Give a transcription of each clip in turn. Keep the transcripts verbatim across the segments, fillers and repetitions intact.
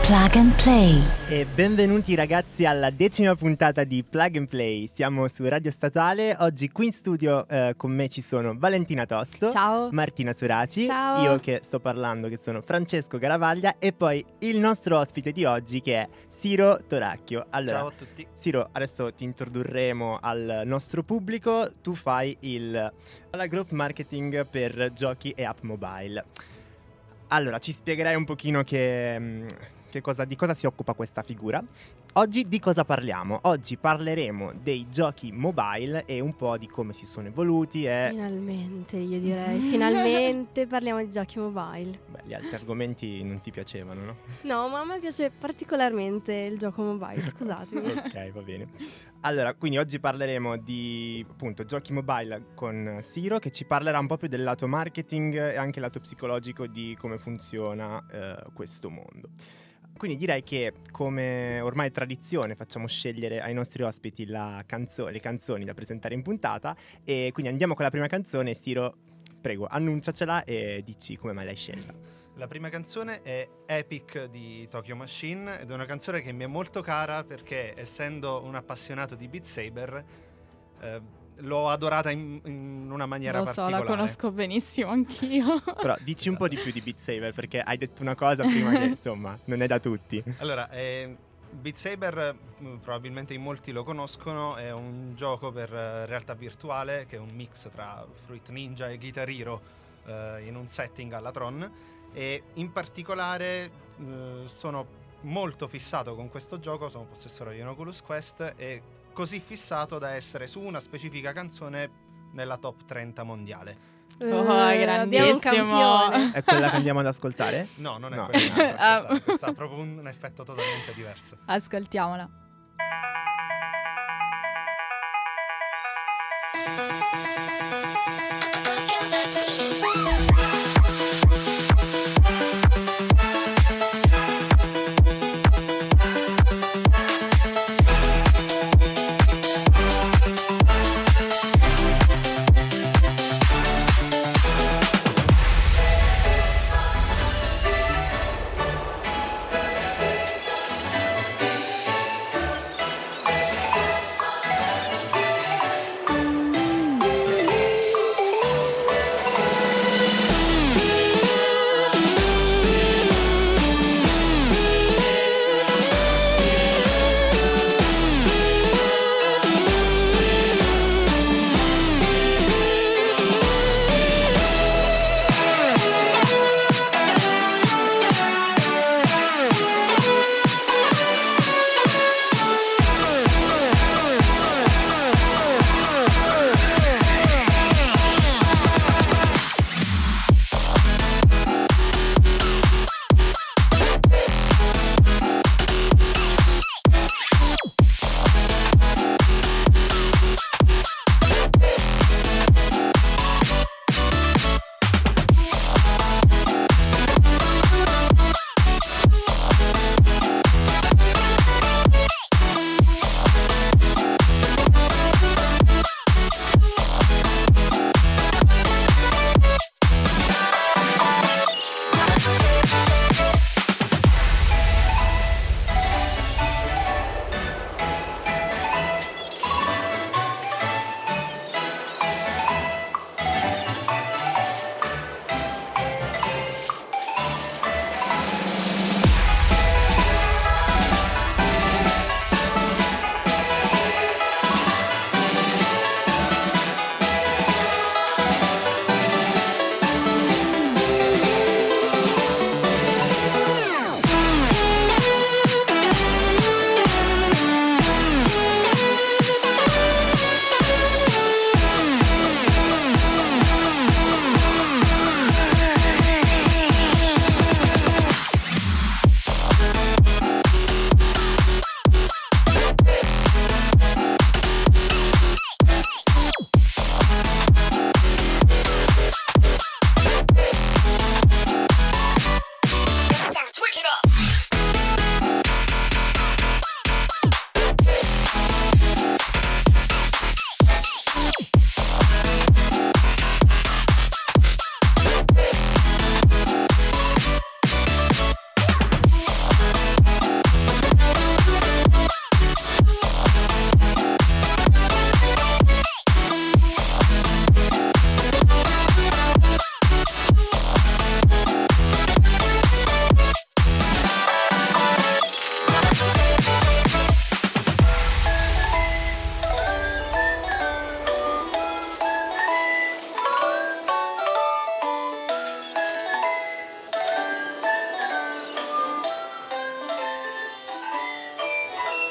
Plug and Play. E benvenuti ragazzi alla decima puntata di Plug and Play. Siamo su Radio Statale. Oggi qui in studio eh, con me ci sono Valentina Tosto. Ciao. Martina Suraci. Ciao. Io che sto parlando, che sono Francesco Garavaglia. E poi il nostro ospite di oggi, che è Siro Toracchio. Allora, ciao a tutti. Siro, adesso ti introdurremo al nostro pubblico. Tu fai il la growth marketing per giochi e app mobile. Allora, ci spiegherai un pochino che... Che cosa, di cosa si occupa questa figura. Oggi di cosa parliamo? Oggi parleremo dei giochi mobile e un po' di come si sono evoluti e... Finalmente, io direi, finalmente parliamo di giochi mobile. Beh, gli altri argomenti non ti piacevano, no? No, ma a me piace particolarmente il gioco mobile, scusatemi. Ok, va bene. Allora, quindi oggi parleremo di, appunto, giochi mobile con Siro, che ci parlerà un po' più del lato marketing e anche il lato psicologico di come funziona eh, questo mondo. Quindi direi che, come ormai tradizione, facciamo scegliere ai nostri ospiti la canzo- le canzoni da presentare in puntata. E quindi andiamo con la prima canzone. Siro, prego, annunciacela e dici come mai l'hai scelta. La prima canzone è Epic di Tokyo Machine ed è una canzone che mi è molto cara perché, essendo un appassionato di Beat Saber, eh, l'ho adorata in, in una maniera Lo so, particolare. la conosco benissimo anch'io. Però dici un po' di più di Beat Saber, perché hai detto una cosa prima che, insomma, non è da tutti. Allora, eh, Beat Saber, mh, probabilmente in molti lo conoscono, è un gioco per eh, realtà virtuale che è un mix tra Fruit Ninja e Guitar Hero eh, in un setting alla Tron, e in particolare eh, sono molto fissato con questo gioco, sono possessore di un Oculus Quest e così fissato da essere su una specifica canzone nella top trenta mondiale. Oh, Eh, abbiamo un grandissimo. campione. È quella che andiamo ad ascoltare? No, non è No. quella che andate ad Ah. ascoltare, questo ha proprio un effetto totalmente diverso. Ascoltiamola.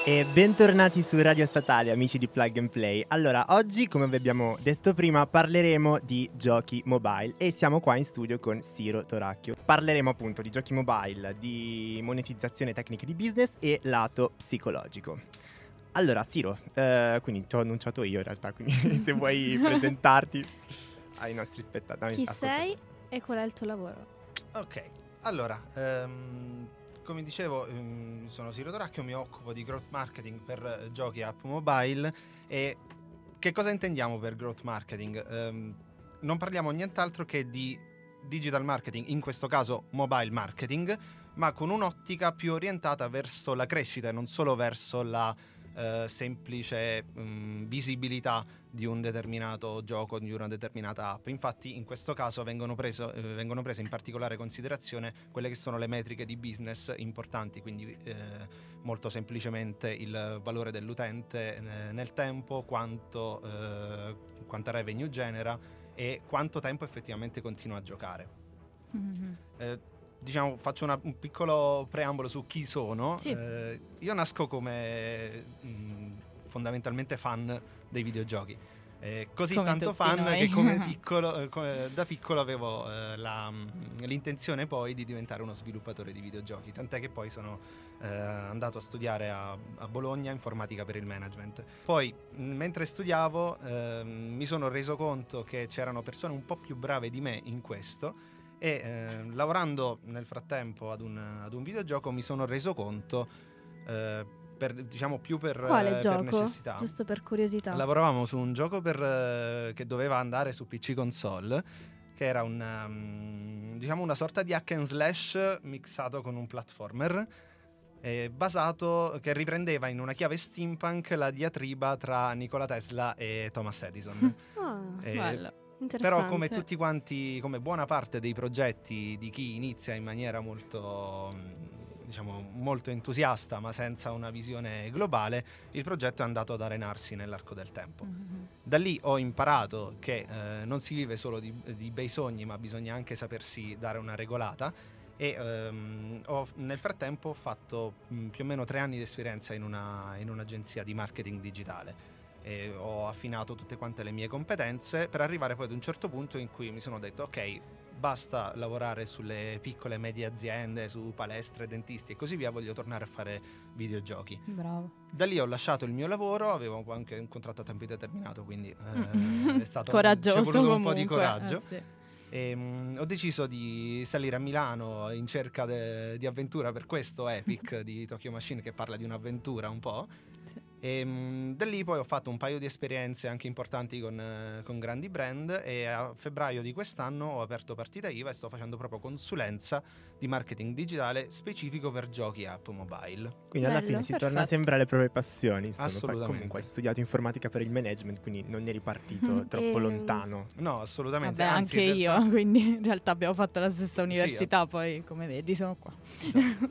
E bentornati su Radio Statale, amici di Plug and Play. Allora, oggi, come vi abbiamo detto prima, parleremo di giochi mobile e siamo qua in studio con Siro Toracchio. Parleremo appunto di giochi mobile, di monetizzazione, tecniche di business e lato psicologico. Allora, Siro, eh, quindi ti ho annunciato io in realtà, quindi se vuoi presentarti ai nostri spettatori. Chi sei e qual è il tuo lavoro? Ok, allora, ehm, come dicevo, ehm, sono Siro Toracchio, mi occupo di growth marketing per eh, giochi e app mobile. E che cosa intendiamo per growth marketing? Ehm, non parliamo nient'altro che di digital marketing, in questo caso mobile marketing, ma con un'ottica più orientata verso la crescita e non solo verso la eh, semplice mh, visibilità di un determinato gioco, di una determinata app. Infatti in questo caso vengono, preso, eh, vengono prese in particolare considerazione quelle che sono le metriche di business importanti, quindi eh, molto semplicemente il valore dell'utente eh, nel tempo, quanto, eh, quanta revenue genera e quanto tempo effettivamente continua a giocare. Mm-hmm. Eh, diciamo, faccio una, un piccolo preambolo su chi sono. Sì. Eh, io nasco come mh, fondamentalmente fan dei videogiochi. Eh, così Come tanto tutti fan noi. che come piccolo, eh, come, da piccolo avevo eh, la, mh, l'intenzione poi di diventare uno sviluppatore di videogiochi, tant'è che poi sono eh, andato a studiare a, a Bologna informatica per il management. Poi mh, mentre studiavo eh, mi sono reso conto che c'erano persone un po' più brave di me in questo e eh, lavorando nel frattempo ad un, ad un videogioco mi sono reso conto eh, per, diciamo più per, Quale eh, gioco? per necessità. Giusto per curiosità. Lavoravamo su un gioco per, eh, che doveva andare su P C console, che era un, um, diciamo una sorta di hack and slash mixato con un platformer, eh, basato, che riprendeva in una chiave steampunk la diatriba tra Nikola Tesla e Thomas Edison. Ah, Eh, Bello. interessante. però come tutti quanti, come buona parte dei progetti di chi inizia in maniera molto, mh, diciamo, molto entusiasta ma senza una visione globale, il progetto è andato ad arenarsi nell'arco del tempo. Mm-hmm. Da lì ho imparato che eh, non si vive solo di, di bei sogni, ma bisogna anche sapersi dare una regolata e ehm, ho, nel frattempo ho fatto mh, più o meno tre anni di esperienza in, una, in un'agenzia di marketing digitale. E ho affinato tutte quante le mie competenze per arrivare poi ad un certo punto in cui mi sono detto ok, basta lavorare sulle piccole e medie aziende, su palestre, dentisti e così via, voglio tornare a fare videogiochi. Bravo. Da lì ho lasciato il mio lavoro, avevo anche un contratto a tempo indeterminato, quindi eh, è stato coraggioso, ci è voluto un comunque. po' di coraggio. Eh, sì. E, mh, ho deciso di salire a Milano in cerca de- di avventura per questo Epic di Tokyo Machine, che parla di un'avventura un po'. Sì. E mh, da lì poi ho fatto un paio di esperienze anche importanti con, eh, con grandi brand e a febbraio di quest'anno ho aperto partita I V A e sto facendo proprio consulenza di marketing digitale specifico per giochi e app mobile. Quindi alla Bello, fine si perfetto. torna sempre alle proprie passioni. Insomma. Poi Assolutamente. comunque hai studiato informatica per il management, quindi non eri partito troppo Ehm, lontano. No, assolutamente. Vabbè, anzi, anche in io, realtà- quindi in realtà abbiamo fatto la stessa Sì, università, poi come vedi sono qua. esatto.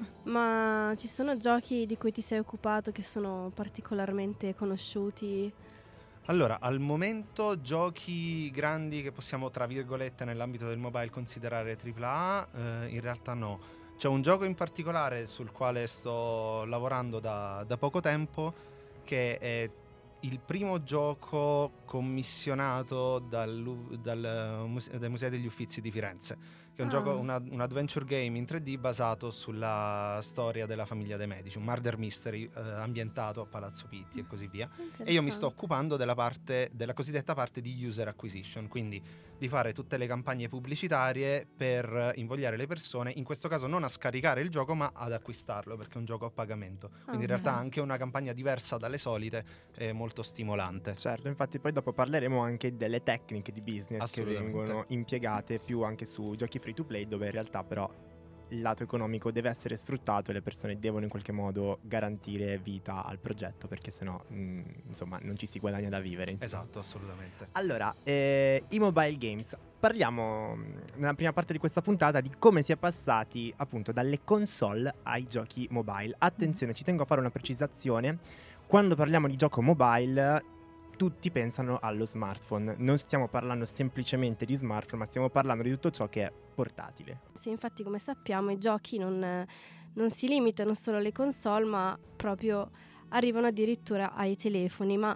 Ma ci sono giochi di cui ti sei occupato che sono particolarmente conosciuti? Allora, al momento giochi grandi che possiamo, tra virgolette, nell'ambito del mobile considerare tripla A, eh, in realtà no. C'è un gioco in particolare sul quale sto lavorando da, da poco tempo, che è il primo gioco commissionato dal, dal, muse- dai Musei degli Uffizi di Firenze, che è un Ah. gioco, una- un adventure game in tre D basato sulla storia della famiglia dei Medici, un murder mystery eh, ambientato a Palazzo Pitti e così via. E io mi sto occupando della parte, della cosiddetta parte di user acquisition, quindi di fare tutte le campagne pubblicitarie per invogliare le persone, in questo caso non a scaricare il gioco ma ad acquistarlo, perché è un gioco a pagamento. Quindi in ok. realtà anche una campagna diversa dalle solite è molto stimolante. Certo, infatti poi dopo parleremo anche delle tecniche di business che Assolutamente. vengono impiegate più anche su giochi free to play, dove in realtà però il lato economico deve essere sfruttato e le persone devono in qualche modo garantire vita al progetto, perché sennò mh, insomma non ci si guadagna da vivere. insomma. Esatto, assolutamente. Allora, eh, i mobile games. Parliamo mh, nella prima parte di questa puntata di come si è passati appunto dalle console ai giochi mobile. Attenzione, ci tengo a fare una precisazione. Quando parliamo di gioco mobile, tutti pensano allo smartphone. Non stiamo parlando semplicemente di smartphone, ma stiamo parlando di tutto ciò che è portatile. Sì, infatti come sappiamo i giochi non, non si limitano solo alle console, ma proprio arrivano addirittura ai telefoni, ma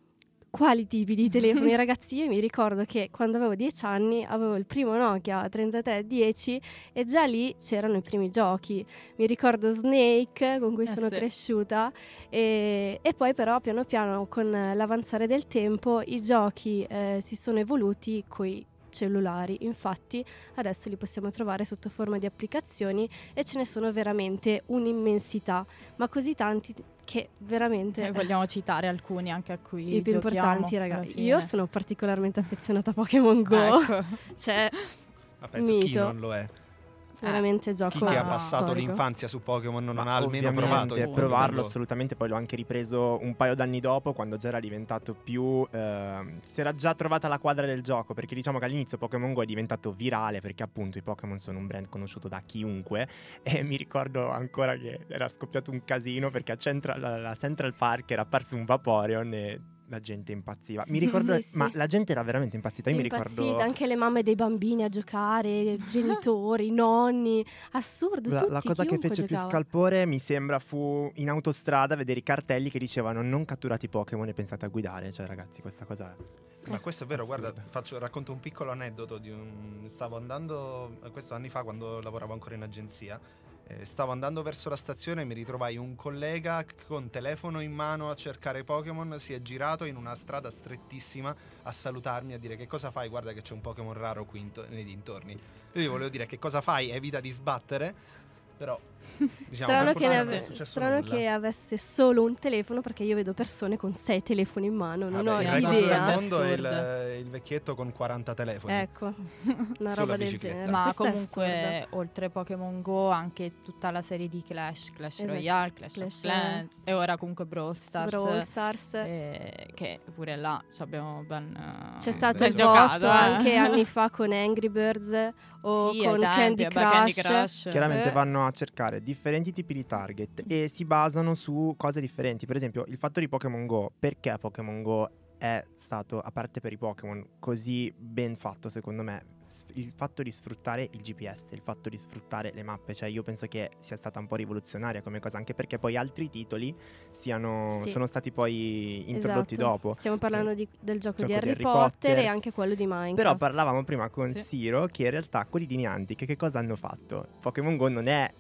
quali tipi di telefoni? Ragazzi, io mi ricordo che quando avevo dieci anni avevo il primo Nokia trentatré dieci e già lì c'erano i primi giochi. Mi ricordo Snake, con cui Eh sono sì. cresciuta, e, e poi però piano piano con l'avanzare del tempo i giochi eh, si sono evoluti coi cellulari. Infatti adesso li possiamo trovare sotto forma di applicazioni e ce ne sono veramente un'immensità, ma così tanti che veramente Noi vogliamo citare alcuni anche a cui i più giochiamo importanti, alla ragazzi. fine. Io sono particolarmente affezionata a Pokémon Go. Ecco. Cioè, Ma penso chi mito. non lo è. veramente gioco Chi che ha no, passato storico. l'infanzia su Pokémon non Ma ha almeno ovviamente provato il Pokémon provarlo Go. assolutamente, poi l'ho anche ripreso un paio d'anni dopo, quando già era diventato più ehm, si era già trovata la quadra del gioco, perché diciamo che all'inizio Pokémon Go è diventato virale perché appunto i Pokémon sono un brand conosciuto da chiunque e mi ricordo ancora che era scoppiato un casino perché a Central, la, la Central Park era apparso un Vaporeon e la gente impazziva. Mi Sì, ricordo, sì, sì. ma la gente era veramente impazzita. Io mi Impazzite, ricordo anche le mamme dei bambini a giocare, genitori, nonni, assurdo, La, tutti, la cosa che chiunque fece più giocava. scalpore, mi sembra, fu in autostrada vedere i cartelli che dicevano non catturate i Pokémon e pensate a guidare. Cioè ragazzi, questa cosa Ma questo è vero, Assurdo. guarda, faccio, racconto un piccolo aneddoto di un... Stavo andando, questo anni fa quando lavoravo ancora in agenzia, eh, stavo andando verso la stazione e mi ritrovai un collega c- con telefono in mano a cercare Pokémon, si è girato in una strada strettissima a salutarmi, a dire che cosa fai, guarda che c'è un Pokémon raro qui in to- nei dintorni. Io gli volevo dire che cosa fai, evita di sbattere, però diciamo, Strano, per che, ne fortuna non è ave- successo strano nulla. che avesse solo un telefono, perché io vedo persone con sei telefoni in mano, non Vabbè, ho il sì, record idea. del mondo è il, Assurdo. il vecchietto con quaranta telefoni. Ecco, una Sulla roba del bicicletta. genere. Ma Questa è comunque assurda. oltre Pokémon Go anche tutta la serie di Clash, Clash Esatto. Royale, Clash, Clash, of Clans e ora comunque Brawl Stars, Brawl Stars. eh, che pure là ci abbiamo ben eh, C'è stato ben il giocato, botto eh. anche anni fa con Angry Birds o Sì, ai con tempi, Candy vabbè, Crush. Candy Crush. chiaramente Eh. vanno a cercare differenti tipi di target e si basano su cose differenti. Per esempio il fatto di Pokémon Go, perché Pokémon Go è stato, a parte per i Pokémon, così ben fatto secondo me, s- il fatto di sfruttare il G P S, il fatto di sfruttare le mappe, cioè io penso che sia stata un po' rivoluzionaria come cosa, anche perché poi altri titoli siano, Sì. sono stati poi introdotti Esatto. dopo. Stiamo parlando di- del gioco, Gioco di di Harry, Harry Potter, Potter. e anche quello di Minecraft. Però parlavamo prima con Sì. Siro che in realtà quelli di Niantic che cosa hanno fatto? Pokémon Go non è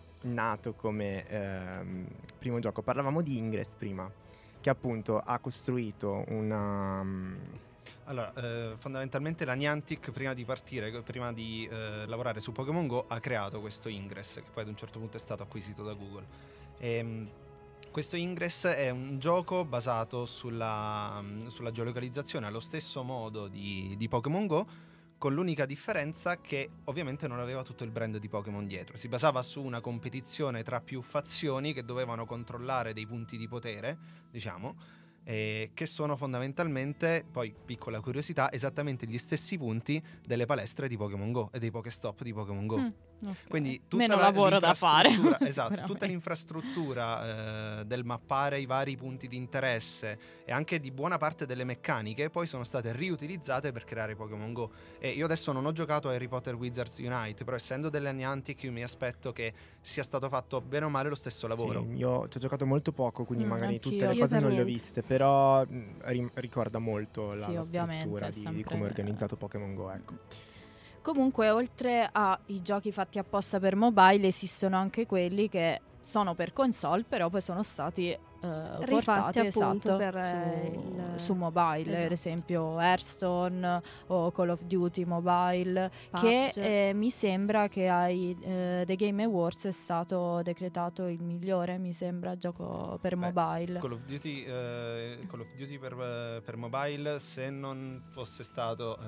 nato come ehm, primo gioco, parlavamo di Ingress prima, che appunto ha costruito una... mm, Allora, eh, fondamentalmente la Niantic prima di partire, prima di eh, lavorare su Pokémon Go, ha creato questo Ingress, che poi ad un certo punto è stato acquisito da Google. Ehm, questo Ingress è un gioco basato sulla, mm, sulla geolocalizzazione allo stesso modo di, di Pokémon Go, con l'unica differenza che ovviamente non aveva tutto il brand di Pokémon dietro. Si basava su una competizione tra più fazioni che dovevano controllare dei punti di potere, diciamo, eh, che sono fondamentalmente, poi piccola curiosità, esattamente gli stessi punti delle palestre di Pokémon Go e dei Pokéstop di Pokémon Go. Mm, ok. Quindi tutta meno la- lavoro da fare. l'infrastruttura- esatto, sicuramente. tutta l'infrastruttura eh, del mappare i vari punti di interesse e anche di buona parte delle meccaniche poi sono state riutilizzate per creare Pokémon Go. E io adesso non ho giocato a Harry Potter Wizards Unite, però essendo delle Niantic io mi aspetto che sia stato fatto bene o male lo stesso lavoro. Sì, io ci ho giocato molto poco, quindi Mm, magari anch'io. tutte le Io cose per non le ho niente. viste, però mm, ri- ricorda molto la, Sì, la ovviamente, struttura è di, di sempre- come è organizzato Pokémon Go, ecco. Comunque, oltre ai giochi fatti apposta per mobile, esistono anche quelli che sono per console, però poi sono stati eh, Rifatti, portati appunto, esatto, per, su, eh, il- su mobile, esatto. ad esempio Hearthstone o Call of Duty Mobile, P U B che G. eh, mi sembra che ai eh, The Game Awards è stato decretato il migliore, mi sembra, gioco per Beh, mobile. Call of Duty, eh, Call of Duty per, eh, per mobile, se non fosse stato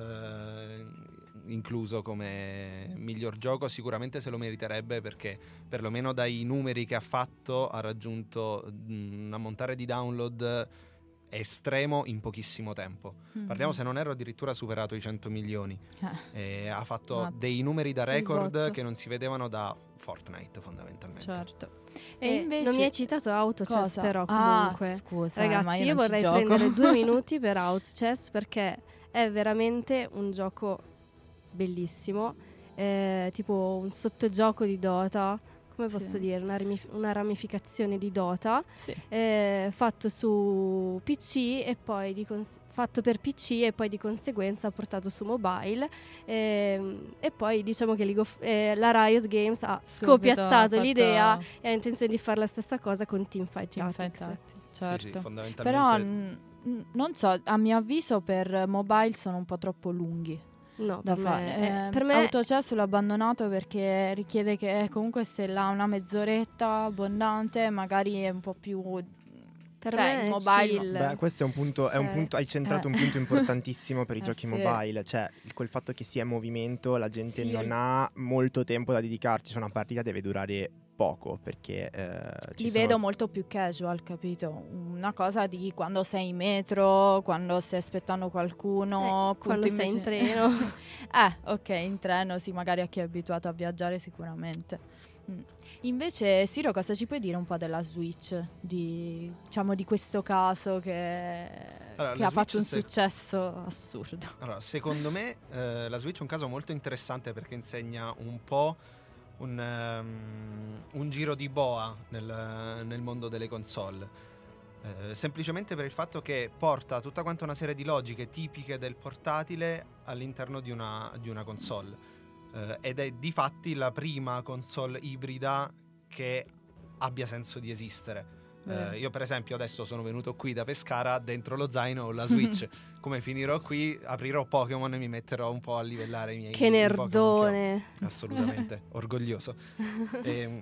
eh, incluso come miglior gioco, sicuramente se lo meriterebbe, perché perlomeno dai numeri che ha fatto ha raggiunto mm, un ammontare di download estremo in pochissimo tempo. Mhm. Parliamo, se non erro, addirittura ha superato i cento milioni. Eh, E ha fatto Ma- dei numeri da record botto. che non si vedevano da Fortnite, fondamentalmente. certo. E E invece non mi hai citato Autochess, Cosa? però Ah, comunque. scusa, ma Ragazzi, io, io non ci vorrei gioco. prendere due minuti per Autochess perché è veramente un gioco bellissimo, è tipo un sottogioco di Dota, come posso Sì. dire, una, rami- una ramificazione di Dota, Sì. eh, fatto su P C e poi di cons- fatto per P C e poi di conseguenza portato su mobile, ehm, e poi diciamo che League of- eh, la Riot Games ha Subito scopiazzato ha fatto l'idea e ha intenzione di fare la stessa cosa con Teamfight Teamfight Tactics. Tactics, Sì, certo. sì, fondamentalmente Però n- n- non so, a mio avviso per mobile sono un po' troppo lunghi No, da per fare. me, Eh, eh, per me Autochess l'ho abbandonato perché richiede che eh, comunque se l'ha una mezz'oretta abbondante magari è un po' più... per cioè, me il è mobile no. chill. Beh, questo è un punto, è un Cioè, punto, hai centrato eh. un punto importantissimo per i Eh, giochi sì. mobile, cioè il- quel fatto che sia in movimento, la gente Sì. non ha molto tempo da dedicarci, cioè una partita deve durare poco perché eh, ci Li sono... vedo molto più casual, capito? Una cosa di quando sei in metro, quando stai aspettando qualcuno, Eh, quando appunto, sei in invece- treno. eh, ok, in treno, sì, magari a chi è abituato a viaggiare sicuramente. Mm. Invece, Siro, cosa ci puoi dire un po' della Switch? Di, diciamo, di questo caso che, Allora, che la ha Switch fatto un se- successo assurdo. Allora, secondo me eh, la Switch è un caso molto interessante perché insegna un po' un, ehm, un giro di boa nel, nel mondo delle console. Eh, semplicemente per il fatto che porta tutta quanta una serie di logiche tipiche del portatile all'interno di una, di una console. Eh, ed è di fatti la prima console ibrida che abbia senso di esistere. Vero. Eh, io per esempio adesso sono venuto qui da Pescara, dentro lo zaino ho la Switch. Come finirò qui, aprirò Pokémon e mi metterò un po' a livellare i miei Che i Pokémon che ho. nerdone. Assolutamente, orgoglioso. E,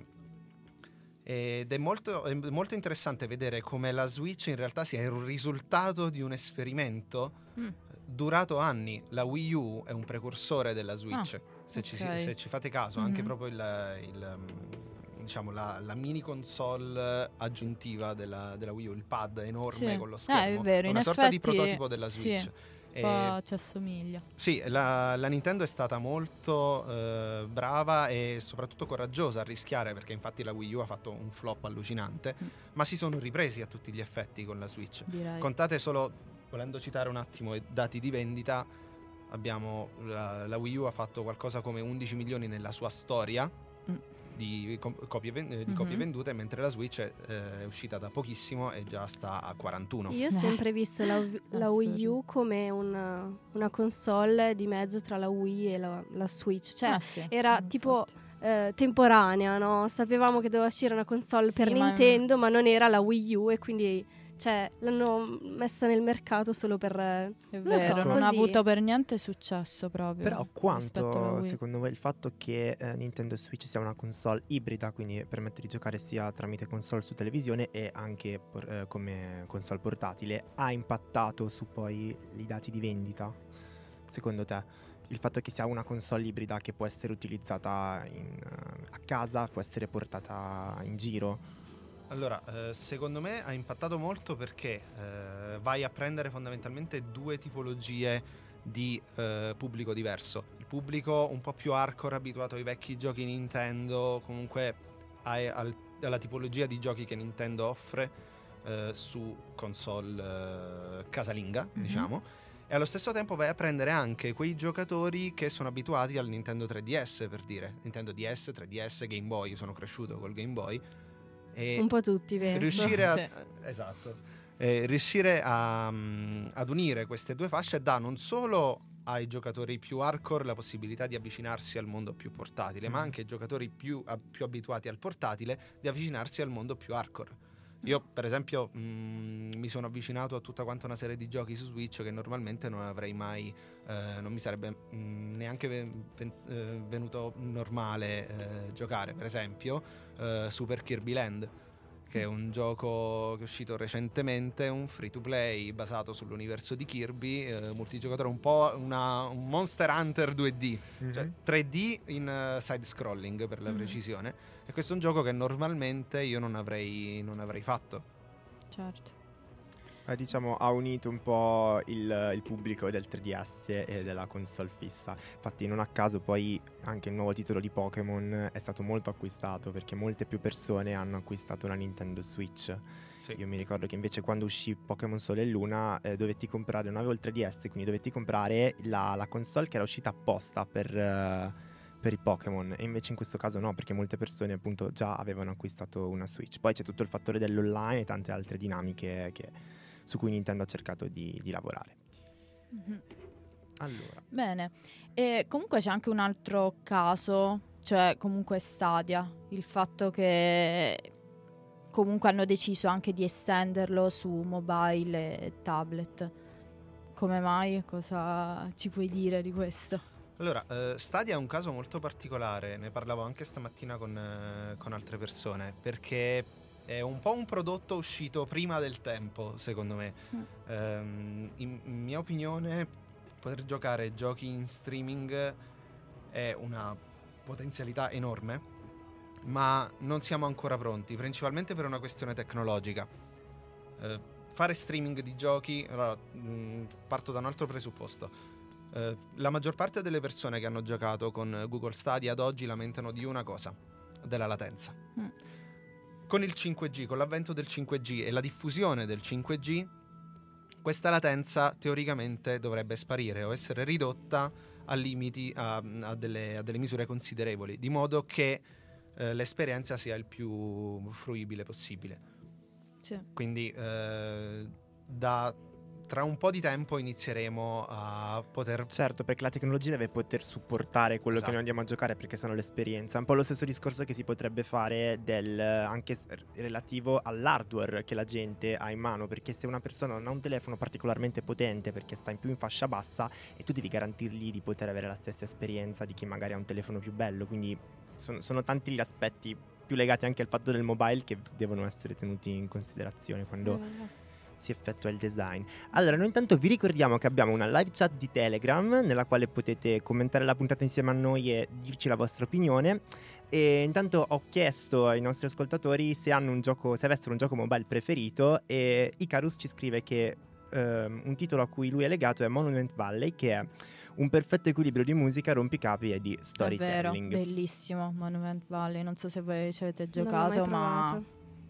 ed è molto, è molto interessante vedere come la Switch in realtà sia il risultato di un esperimento Mm. durato anni. La Wii U è un precursore della Switch, Ah, se, ci, ok. se ci fate caso, anche Mhm. proprio il, il, um, diciamo, la, la mini console aggiuntiva della, della Wii U, il pad enorme Sì. con lo Eh, schermo, è vero, in una sorta di effetti, prototipo della sì, Switch. un po' ci assomiglia. Sì, la, la Nintendo è stata molto eh, brava e soprattutto coraggiosa a rischiare, perché infatti la Wii U ha fatto un flop allucinante, Mm. ma si sono ripresi a tutti gli effetti con la Switch. Direi. Contate solo, volendo citare un attimo i dati di vendita, abbiamo la, la Wii U ha fatto qualcosa come undici milioni nella sua storia Mm. di, co- copie, ven- di Mhm. copie vendute, mentre la Switch è, eh, è uscita da pochissimo e già sta a quarantuno. Io ho sempre visto la, la Wii U come una, una console di mezzo tra la Wii e la, la Switch. Cioè, Ah, sì, era infatti. tipo eh, temporanea, no? Sapevamo che doveva uscire una console Sì, per ma- Nintendo, ma non era la Wii U e quindi cioè, l'hanno messa nel mercato solo per... È non lo so, vero, non ha così. avuto per niente successo proprio. Però rispetto alla quanto, Wii. secondo voi, il fatto che eh, Nintendo Switch sia una console ibrida, quindi permette di giocare sia tramite console su televisione e anche por- eh, come console portatile, ha impattato su poi i dati di vendita? Secondo te? Il fatto che sia una console ibrida che può essere utilizzata in, eh, a casa, può essere portata in giro? Allora, eh, secondo me ha impattato molto perché eh, vai a prendere fondamentalmente due tipologie di eh, pubblico diverso. Il pubblico un po' più hardcore, abituato ai vecchi giochi Nintendo, comunque ai- al- alla tipologia di giochi che Nintendo offre eh, su console eh, casalinga, Mhm. diciamo. E allo stesso tempo vai a prendere anche quei giocatori che sono abituati al Nintendo tre D S, per dire. Nintendo D S, tre D S, Game Boy, io sono cresciuto col Game Boy. E Un po' tutti, penso. riuscire a, Sì. esatto. Eh, riuscire a, mm, ad unire queste due fasce dà non solo ai giocatori più hardcore la possibilità di avvicinarsi al mondo più portatile, ma Mhm. anche ai giocatori più, a- più abituati al portatile di avvicinarsi al mondo più hardcore. Io per esempio mh, mi sono avvicinato a tutta quanta una serie di giochi su Switch che normalmente non avrei mai, eh, non mi sarebbe mh, neanche ve- pens- eh, venuto normale eh, giocare. Per esempio eh, Super Kirby Land, che è un gioco che è uscito recentemente, un free to play basato sull'universo di Kirby, eh, multigiocatore, un po' una, un Monster Hunter due D, cioè tre D in eh, side scrolling per la Mhm. precisione. E questo è un gioco che normalmente io non avrei, non avrei fatto. Certo. Eh, diciamo ha unito un po' il, il pubblico del tre D S e della console fissa. Infatti non a caso poi anche il nuovo titolo di Pokémon è stato molto acquistato perché molte più persone hanno acquistato la Nintendo Switch. Sì. Io mi ricordo che invece quando uscì Pokémon Sole e Luna eh, dovetti comprare, non avevo il tre D S, quindi dovetti comprare la, la console che era uscita apposta per, eh, per i Pokémon, e invece in questo caso no, perché molte persone appunto già avevano acquistato una Switch. Poi c'è tutto il fattore dell'online e tante altre dinamiche che, su cui Nintendo ha cercato di, di lavorare. Mm-hmm. Allora. Bene, e comunque c'è anche un altro caso, cioè comunque Stadia, il fatto che comunque hanno deciso anche di estenderlo su mobile e tablet. Come mai? Cosa ci puoi dire di questo? Allora, uh, Stadia è un caso molto particolare, ne parlavo anche stamattina con, uh, con altre persone, perché è un po' un prodotto uscito prima del tempo, secondo me. Mm. Um, in, in mia opinione, poter giocare giochi in streaming è una potenzialità enorme, ma non siamo ancora pronti, principalmente per una questione tecnologica. Uh, fare streaming di giochi, allora, mh, parto da un altro presupposto. Uh, la maggior parte delle persone che hanno giocato con Google Stadia ad oggi lamentano di una cosa, della latenza. Mm. Con il cinque G, con l'avvento del cinque G e la diffusione del cinque G, questa latenza teoricamente dovrebbe sparire o essere ridotta a limiti, a, a, delle, a delle misure considerevoli, di modo che eh, l'esperienza sia il più fruibile possibile. Sì. Quindi eh, da tra un po' di tempo inizieremo a poter... Certo, perché la tecnologia deve poter supportare quello, esatto, che noi andiamo a giocare, perché sennò l'esperienza. Un po' lo stesso discorso che si potrebbe fare del, anche relativo all'hardware che la gente ha in mano, perché se una persona non ha un telefono particolarmente potente perché sta in più in fascia bassa, e tu devi garantirgli di poter avere la stessa esperienza di chi magari ha un telefono più bello, quindi sono, sono tanti gli aspetti più legati anche al fatto del mobile che devono essere tenuti in considerazione quando... Mm. si effettua il design. Allora, noi intanto vi ricordiamo che abbiamo una live chat di Telegram nella quale potete commentare la puntata insieme a noi e dirci la vostra opinione. E intanto ho chiesto ai nostri ascoltatori se hanno un gioco, se avessero un gioco mobile preferito, e Icarus ci scrive che um, un titolo a cui lui è legato è Monument Valley, che è un perfetto equilibrio di musica, rompicapi e di storytelling. È vero, bellissimo Monument Valley, non so se voi ci avete giocato, ma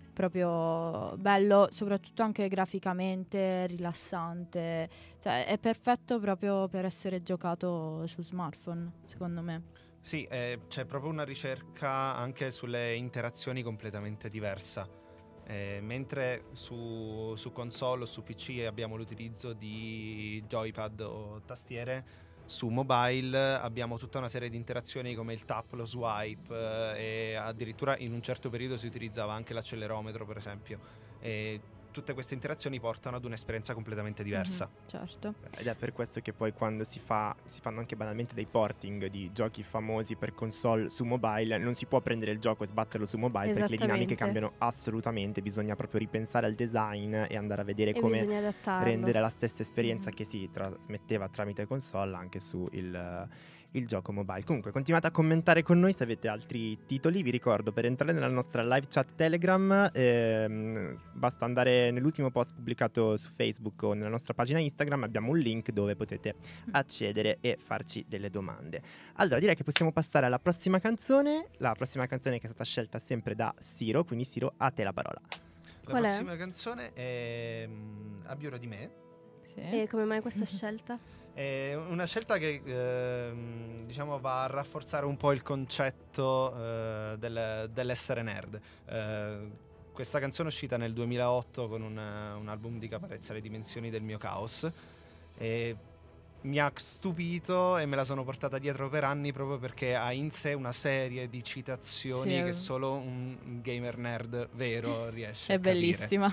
proprio bello, soprattutto anche graficamente, rilassante, cioè è perfetto proprio per essere giocato su smartphone, secondo me. Sì, eh, c'è proprio una ricerca anche sulle interazioni completamente diversa, eh, mentre su, su console o su P C abbiamo l'utilizzo di joypad o tastiere, su mobile abbiamo tutta una serie di interazioni come il tap, lo swipe, eh, e addirittura in un certo periodo si utilizzava anche l'accelerometro, per esempio, e tutte queste interazioni portano ad un'esperienza completamente diversa. Mm-hmm, certo. Ed è per questo che poi quando si fa si fanno anche banalmente dei porting di giochi famosi per console su mobile, non si può prendere il gioco e sbatterlo su mobile, perché le dinamiche cambiano assolutamente, bisogna proprio ripensare al design e andare a vedere e come rendere la stessa esperienza mm. che si trasmetteva tramite console anche su il il gioco mobile. Comunque continuate a commentare con noi se avete altri titoli. Vi ricordo, per entrare nella nostra live chat Telegram ehm, basta andare nell'ultimo post pubblicato su Facebook o nella nostra pagina Instagram, abbiamo un link dove potete accedere e farci delle domande. Allora direi che possiamo passare alla prossima canzone, la prossima canzone che è stata scelta sempre da Siro, quindi Siro, a te la parola. La Qual prossima è? canzone è um, Abbiuro di me. Sì. E come mai questa scelta? È una scelta che eh, diciamo va a rafforzare un po' il concetto eh, del, dell'essere nerd. Eh, questa canzone è uscita nel duemilaotto con una, un album di caparezza le dimensioni del mio caos, e mi ha stupito e me la sono portata dietro per anni proprio perché ha in sé una serie di citazioni sì, che solo un gamer nerd vero riesce è a capire. È bellissima.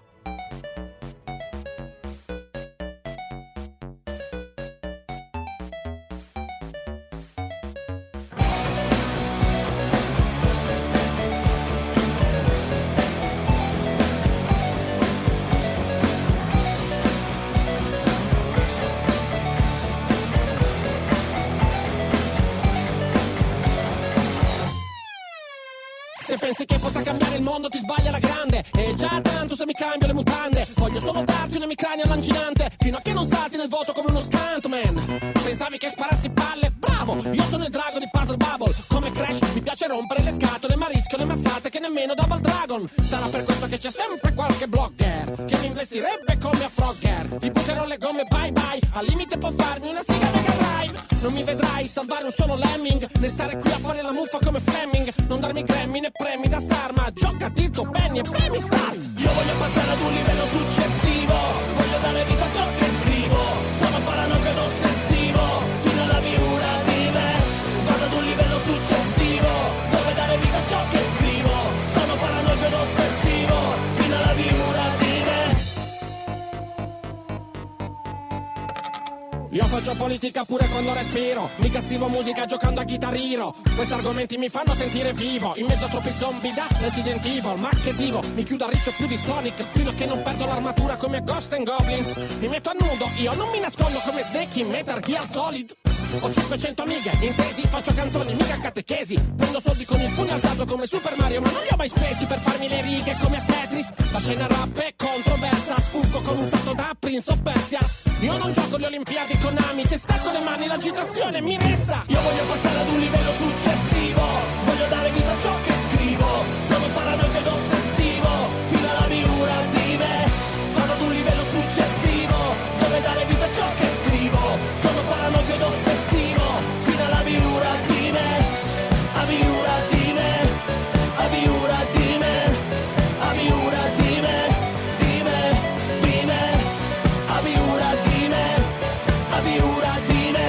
Pensi che possa cambiare il mondo, ti sbagli alla grande. E già tanto se mi cambio le mutande. Voglio solo darti un'emicrania lancinante, fino a che non salti nel vuoto come uno stuntman. Pensavi che sparassi palle? Bravo! Io sono il drago di Puzzle Bubble. Come Crash mi piace rompere le scatole, ma rischio le mazzate che nemmeno Double Dragon. Sarà per questo che c'è sempre qualche blogger che mi investirebbe come a Frogger. Gli butterò le gomme bye bye, al limite può farmi una siga Mega Drive. Non mi vedrai salvare un solo lemming, né stare qui a fare la muffa come Fleming. Non darmi Grammy né premi da star, ma giocati il tuo penny e premi start. Io voglio passare ad un livello successivo, voglio dare vita a ciò che scrivo. Sono paranoico ed ossessivo, fino alla miura di me. Vado ad un livello successivo, dove dare vita a ciò che scrivo. Sono paranoico ed ossessivo, fino alla miura di me. Io faccio politica pure quando respiro, mica scrivo musica giocando a Guitar Hero. Questi argomenti mi fanno sentire vivo, in mezzo a troppi zombie da Resident Evil. Ma che divo, mi chiudo a riccio più di Sonic, fino a che non perdo l'armatura come a Ghost and Goblins. Mi metto a nudo, io non mi nascondo come Snake in Metal Gear Solid. Ho cinquecento amiche, intesi, faccio canzoni, mica catechesi. Prendo soldi con il pugno alzato come Super Mario, ma non li ho mai spesi per farmi le righe come a Tetris. La scena rap è controversa, sfuggo con un salto da Prince of Persia. Io non gioco le Olimpiadi con Ami, se stacco le mani l'agitazione mi resta. Io voglio passare ad un livello successivo, voglio dare vita a ciò che scrivo. Sono paranoico ed ossessivo, fino alla miura di me. Vado ad un livello successivo, dove dare vita a ciò che scrivo. Sono paranoico ed ossessivo, fino alla miura di me. A miura di me, a miura di me, a miura di me, di me, di me, a miura di me, a miura di me,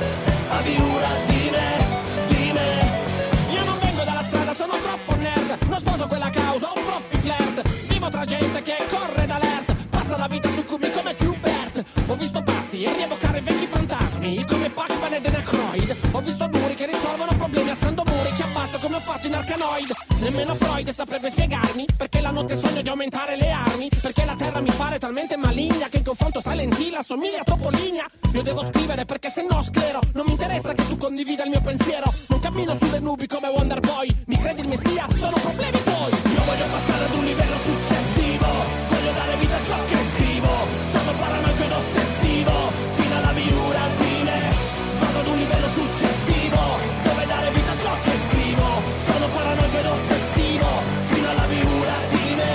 a miura di me, di me. Io non vengo dalla strada, sono troppo nerd, non sposo quella causa, ho troppi flirt. Vivo tra gente che corre d'alert, passa la vita su cubi come Q-Bert. Ho visto pazzi e rievocare vecchi fantasmi come Pac-Man e The Necroid. Ho visto duri che risolvono problemi alzando muri che abbatto come ho fatto in Arkanoid. Nemmeno Freud saprebbe spiegarmi perché la notte sogno di aumentare le armi, perché la terra mi pare talmente maligna che in confronto Silent Hill assomiglia a Topolinia. Io devo scrivere perché se no sclero, non mi interessa che tu condivida il mio pensiero. Non cammino sulle nubi come Wonder Boy, mi credi il messia? Sono problemi tuoi. Io voglio passare ad un livello successivo, voglio dare vita a ciò che scrivo. Sono paranoico ed ossessivo, fino alla miura di me. Vado ad un livello successivo, dove dare vita a ciò che scrivo. Sono paranoico ed ossessivo, fino alla miura di me.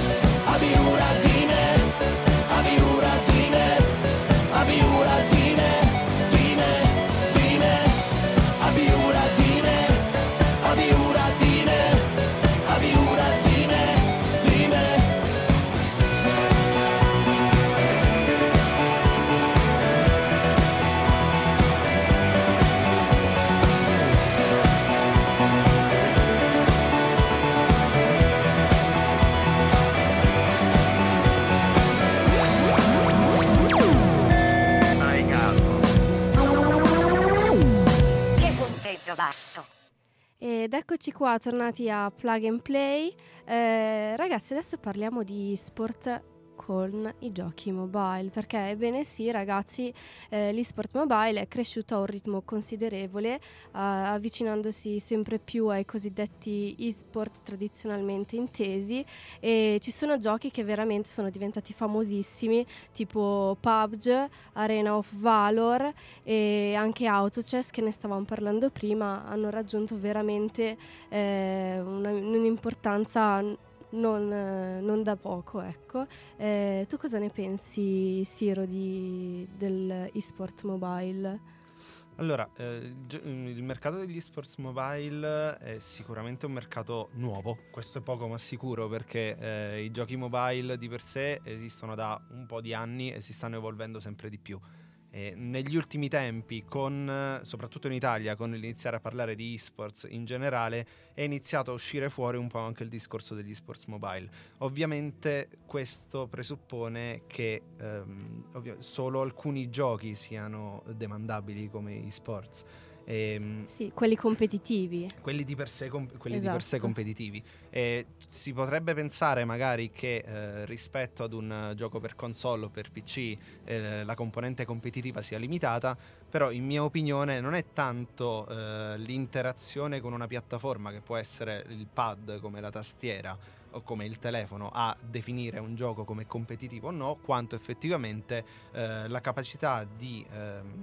A miura di me, a miura di me, a miura di me, di me, di me. A miura di me, a miura di me, a miura di me, di me. Ed eccoci qua, tornati a Plug and Play. Eh, ragazzi, adesso parliamo di sport con i giochi mobile, perché ebbene sì ragazzi, eh, l'e-sport mobile è cresciuto a un ritmo considerevole, eh, avvicinandosi sempre più ai cosiddetti e-sport tradizionalmente intesi, e ci sono giochi che veramente sono diventati famosissimi, tipo P U B G, Arena of Valor e anche Autochess, che ne stavamo parlando prima, hanno raggiunto veramente eh, una, un'importanza Non, non da poco, ecco. Eh, tu cosa ne pensi, Siro, di, del e-sport mobile? Allora, eh, il mercato degli esports mobile è sicuramente un mercato nuovo, questo è poco ma sicuro, perché eh, i giochi mobile di per sé esistono da un po' di anni e si stanno evolvendo sempre di più. E negli ultimi tempi, con, soprattutto in Italia, con l'iniziare a parlare di esports in generale, è iniziato a uscire fuori un po' anche il discorso degli esports mobile. Ovviamente questo presuppone che ehm, ovvi- solo alcuni giochi siano demandabili come esports. E, sì, quelli competitivi. Quelli di per sé, com- quelli esatto. di per sé competitivi. E si potrebbe pensare magari che eh, rispetto ad un uh, gioco per console o per P C eh, la componente competitiva sia limitata, però in mia opinione non è tanto eh, l'interazione con una piattaforma, che può essere il pad come la tastiera o come il telefono, a definire un gioco come competitivo o no, quanto effettivamente eh, la capacità di ehm,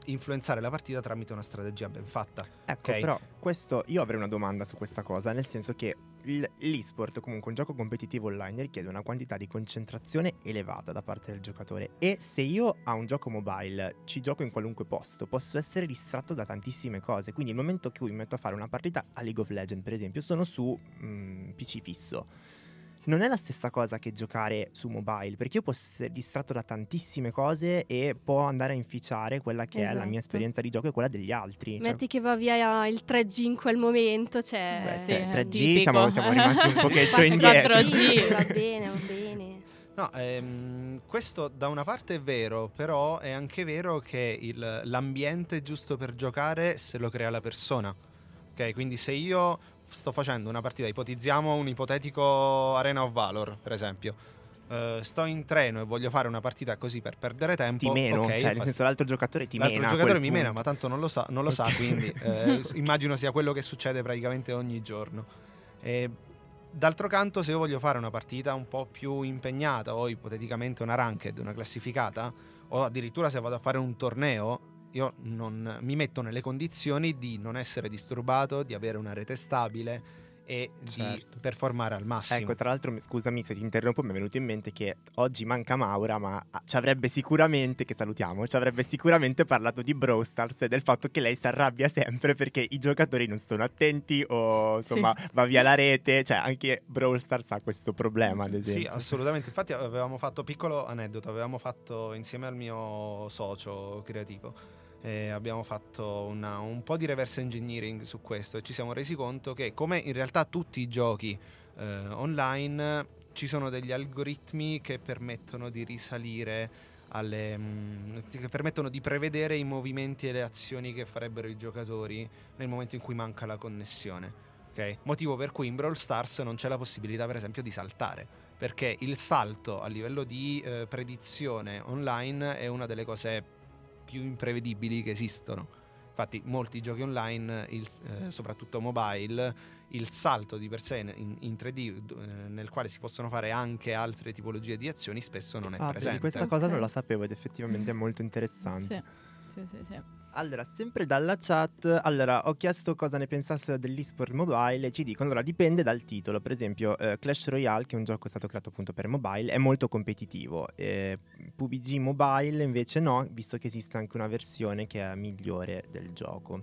influenzare la partita tramite una strategia ben fatta. Ecco, okay? Però questo, io avrei una domanda su questa cosa, nel senso che il, l'e-sport, comunque un gioco competitivo online, richiede una quantità di concentrazione elevata da parte del giocatore, e se io a un gioco mobile ci gioco in qualunque posto, posso essere distratto da tantissime cose. Quindi il momento in cui mi metto a fare una partita a League of Legends, per esempio, sono su mh, P C fisso. Non è la stessa cosa che giocare su mobile, perché io posso essere distratto da tantissime cose e può andare a inficiare quella che Esatto. è la mia esperienza di gioco e quella degli altri. Metti Cioè, che va via il tre G in quel momento, cioè... beh, sì, tre- tre G tipico. siamo, siamo rimasti un pochetto quattro indietro. G. Va bene, va bene. No, ehm, questo da una parte è vero, però è anche vero che il, l'ambiente giusto per giocare se lo crea la persona. Ok, quindi se io sto facendo una partita, ipotizziamo un ipotetico Arena of Valor, per esempio. Uh, sto in treno e voglio fare una partita così per perdere tempo. Ti meno, okay, cioè nel fa- senso l'altro giocatore ti l'altro mena. a giocatore quel mi mena, punto. ma tanto non lo sa, non lo sa quindi eh, immagino sia quello che succede praticamente ogni giorno. E, d'altro canto, se io voglio fare una partita un po' più impegnata, o ipoteticamente una ranked, una classificata, o addirittura se vado a fare un torneo, io non mi metto nelle condizioni di non essere disturbato, di avere una rete stabile e Certo. di performare al massimo. Ecco, tra l'altro, mi- scusami se ti interrompo, mi è venuto in mente che oggi manca Maura, ma ah, ci avrebbe sicuramente, che salutiamo, ci avrebbe sicuramente parlato di Brawl Stars e del fatto che lei si arrabbia sempre perché i giocatori non sono attenti o insomma Sì. va via la rete, cioè anche Brawl Stars ha questo problema, ad esempio. Sì, assolutamente. Infatti avevamo fatto, piccolo aneddoto, avevamo fatto insieme al mio socio creativo, eh, abbiamo fatto una- un po' di reverse engineering su questo e ci siamo resi conto che, come in realtà tutti i giochi eh, online, ci sono degli algoritmi che permettono di risalire alle, mh, che permettono di prevedere i movimenti e le azioni che farebbero i giocatori nel momento in cui manca la connessione. Okay? Motivo per cui in Brawl Stars non c'è la possibilità, per esempio, di saltare, perché il salto a livello di eh, predizione online è una delle cose più imprevedibili che esistono. Infatti molti giochi online, il, eh, soprattutto mobile, il salto di per sé in, in tre D eh, nel quale si possono fare anche altre tipologie di azioni spesso non è Ah, presente. vedi, questa cosa Ok. non la sapevo ed effettivamente è molto interessante. Sì, sì, sì, sì. Allora, sempre dalla chat, allora, ho chiesto cosa ne pensassero dell'esport mobile e ci dicono, allora, dipende dal titolo. Per esempio, eh, Clash Royale, che è un gioco stato creato appunto per mobile, è molto competitivo. Eh, P U B G Mobile invece no, visto che esiste anche una versione che è migliore del gioco.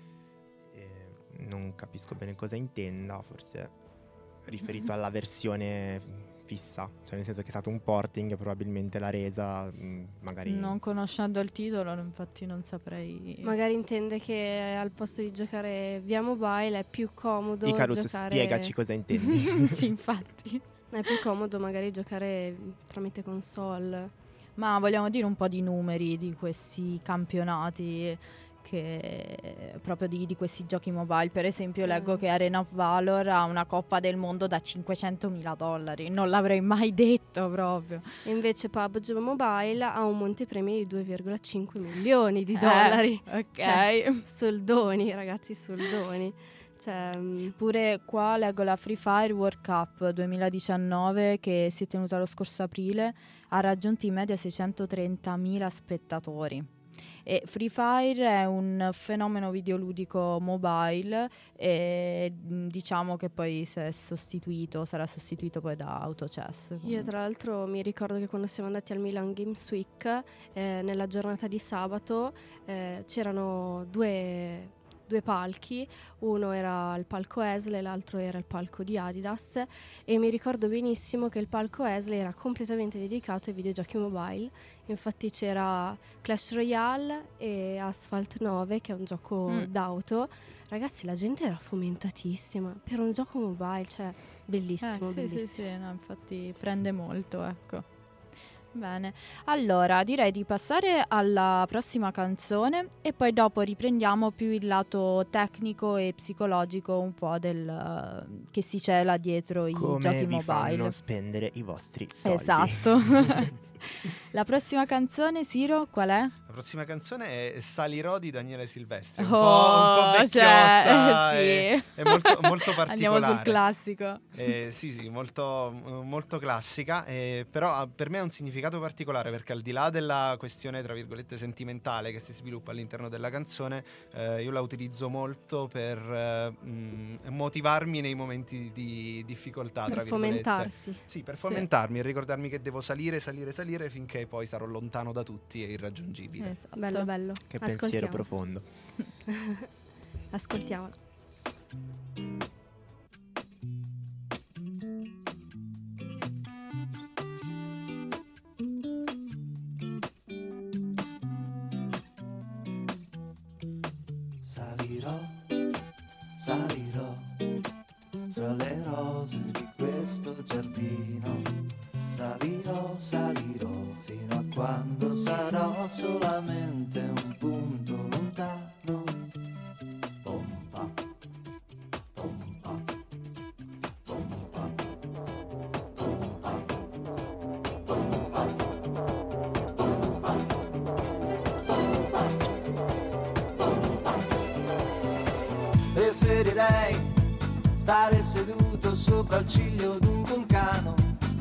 Eh, non capisco bene cosa intenda, forse riferito alla versione fissa, cioè nel senso che è stato un porting, probabilmente la resa mh, magari... Non conoscendo il titolo, infatti non saprei. Magari intende che al posto di giocare via mobile è più comodo Icarus, giocare... spiegaci cosa intendi. Sì, infatti. È più comodo magari giocare tramite console. Ma vogliamo dire un po' di numeri di questi campionati, che proprio di, di questi giochi mobile. Per esempio, leggo Mm. che Arena of Valor ha una Coppa del Mondo da cinquecentomila dollari. Non l'avrei mai detto proprio. E invece P U B G Mobile ha un montepremi di due virgola cinque milioni di Eh, dollari. ok. Cioè, soldoni, ragazzi, soldoni. Cioè, mm, Pure qua leggo la Free Fire World Cup duemiladiciannove, che si è tenuta lo scorso aprile, ha raggiunto in media seicentotrentamila spettatori. E Free Fire è un fenomeno videoludico mobile e mh, diciamo che poi si è sostituito, sarà sostituito poi da Autochess. io tra l'altro mi ricordo che quando siamo andati al Milan Games Week, eh, nella giornata di sabato, eh, c'erano due... due palchi, uno era il palco Esle, l'altro era il palco di Adidas, e mi ricordo benissimo che il palco Esle era completamente dedicato ai videogiochi mobile. Infatti c'era Clash Royale e Asphalt nove, che è un gioco Mm. d'auto. Ragazzi, la gente era fomentatissima per un gioco mobile, cioè bellissimo, Eh, sì, bellissimo. sì, sì, no, infatti prende molto, ecco. Bene, allora direi di passare alla prossima canzone e poi dopo riprendiamo più il lato tecnico e psicologico un po' del uh, che si cela dietro i Come giochi vi mobile. fanno spendere i vostri soldi. Esatto. La prossima canzone, Siro, qual è? La prossima canzone è Salirò di Daniele Silvestri, un, Oh, po', un po' vecchiotta, cioè, è, è molto, molto particolare. Andiamo sul classico. Eh, sì, sì, molto, molto classica, eh, però ha- per me ha un significato particolare, perché al di là della questione, tra virgolette, sentimentale che si sviluppa all'interno della canzone, eh, io la utilizzo molto per eh, mh, motivarmi nei momenti di difficoltà, tra Per virgolette. fomentarsi. Sì, per fomentarmi e ricordarmi che devo salire, salire, salire finché poi sarò lontano da tutti e irraggiungibile. Esatto. Bello, bello. Che pensiero Ascoltiamo. profondo. Ascoltiamolo. Salirò, salirò fra le rose di questo giardino. Salirò, salirò fino a quando sarò solamente un punto lontano. Pompa, pompa, pompa, pompa, pompa, pompa, pompa, pompa. Preferirei stare seduto sopra il ciglio d'un vulcano.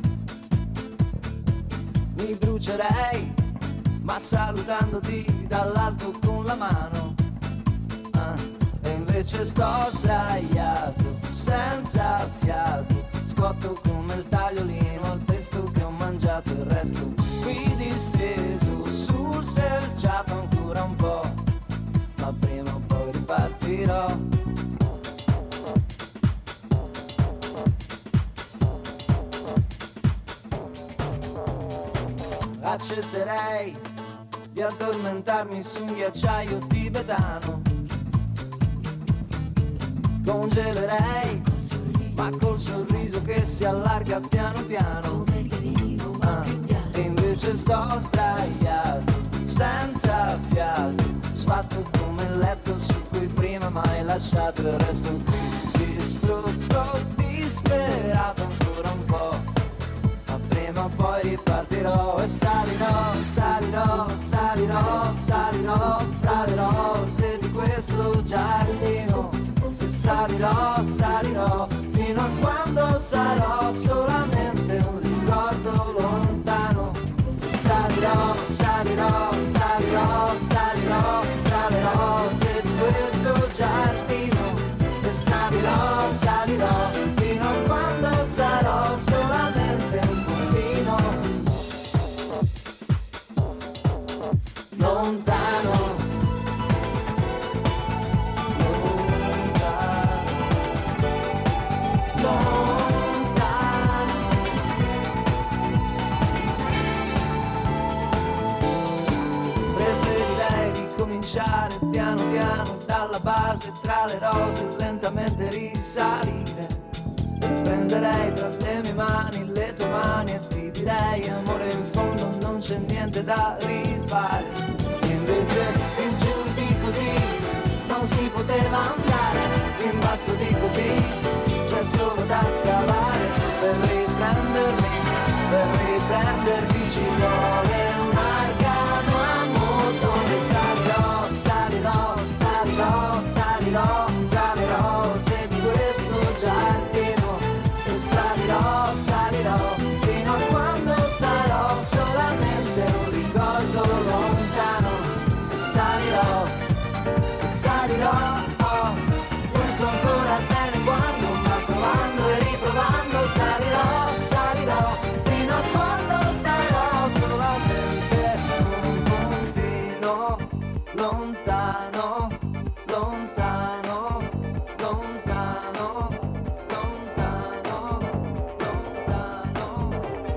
Mi brucerei, ma salutandoti dall'alto con la mano. Ah, e invece sto sdraiato, senza fiato, scotto come il tagliolino al pesto che ho mangiato. Il resto qui disteso sul selciato ancora un po', ma prima o poi ripartirò. Accetterei di addormentarmi su un ghiacciaio tibetano. Congelerei, ma col sorriso che si allarga piano piano. Ah, e invece sto sdraiato, senza fiato, sfatto come il letto su cui prima mai lasciato. Il resto qui distrutto, disperato ancora un po', ma prima o poi ripartirò. E salirò, salirò, salirò, salirò fra le rose di questo giardino. E salirò, salirò fino a quando sarò solamente un ricordo lontano. E salirò, salirò, salirò, salirò fra le rose di questo giardino. E salirò, salirò fino a quando sarò solamente un puntino lontano, lontano, lontano. Preferirei ricominciare piano piano dalla base tra le rose, lentamente risalire. E prenderei tra le mie mani le tue mani e ti direi: amore, in fondo non c'è niente da rifare. E invece in giù di così non si poteva andare, in basso di così c'è solo da scavare. Per riprendermi, per riprenderti ci vuole un arcano a motore. Salirò, salirò, salirò, salirò tra le rose di questo giardino. E salirò, salirò fino a quando sarò solamente un ricordo lontano. E salirò, e salirò, oh, non so ancora bene quando, ma provando e riprovando salirò, salirò fino a quando sarò solamente un puntino lontano, lontano, lontano, lontano, lontano.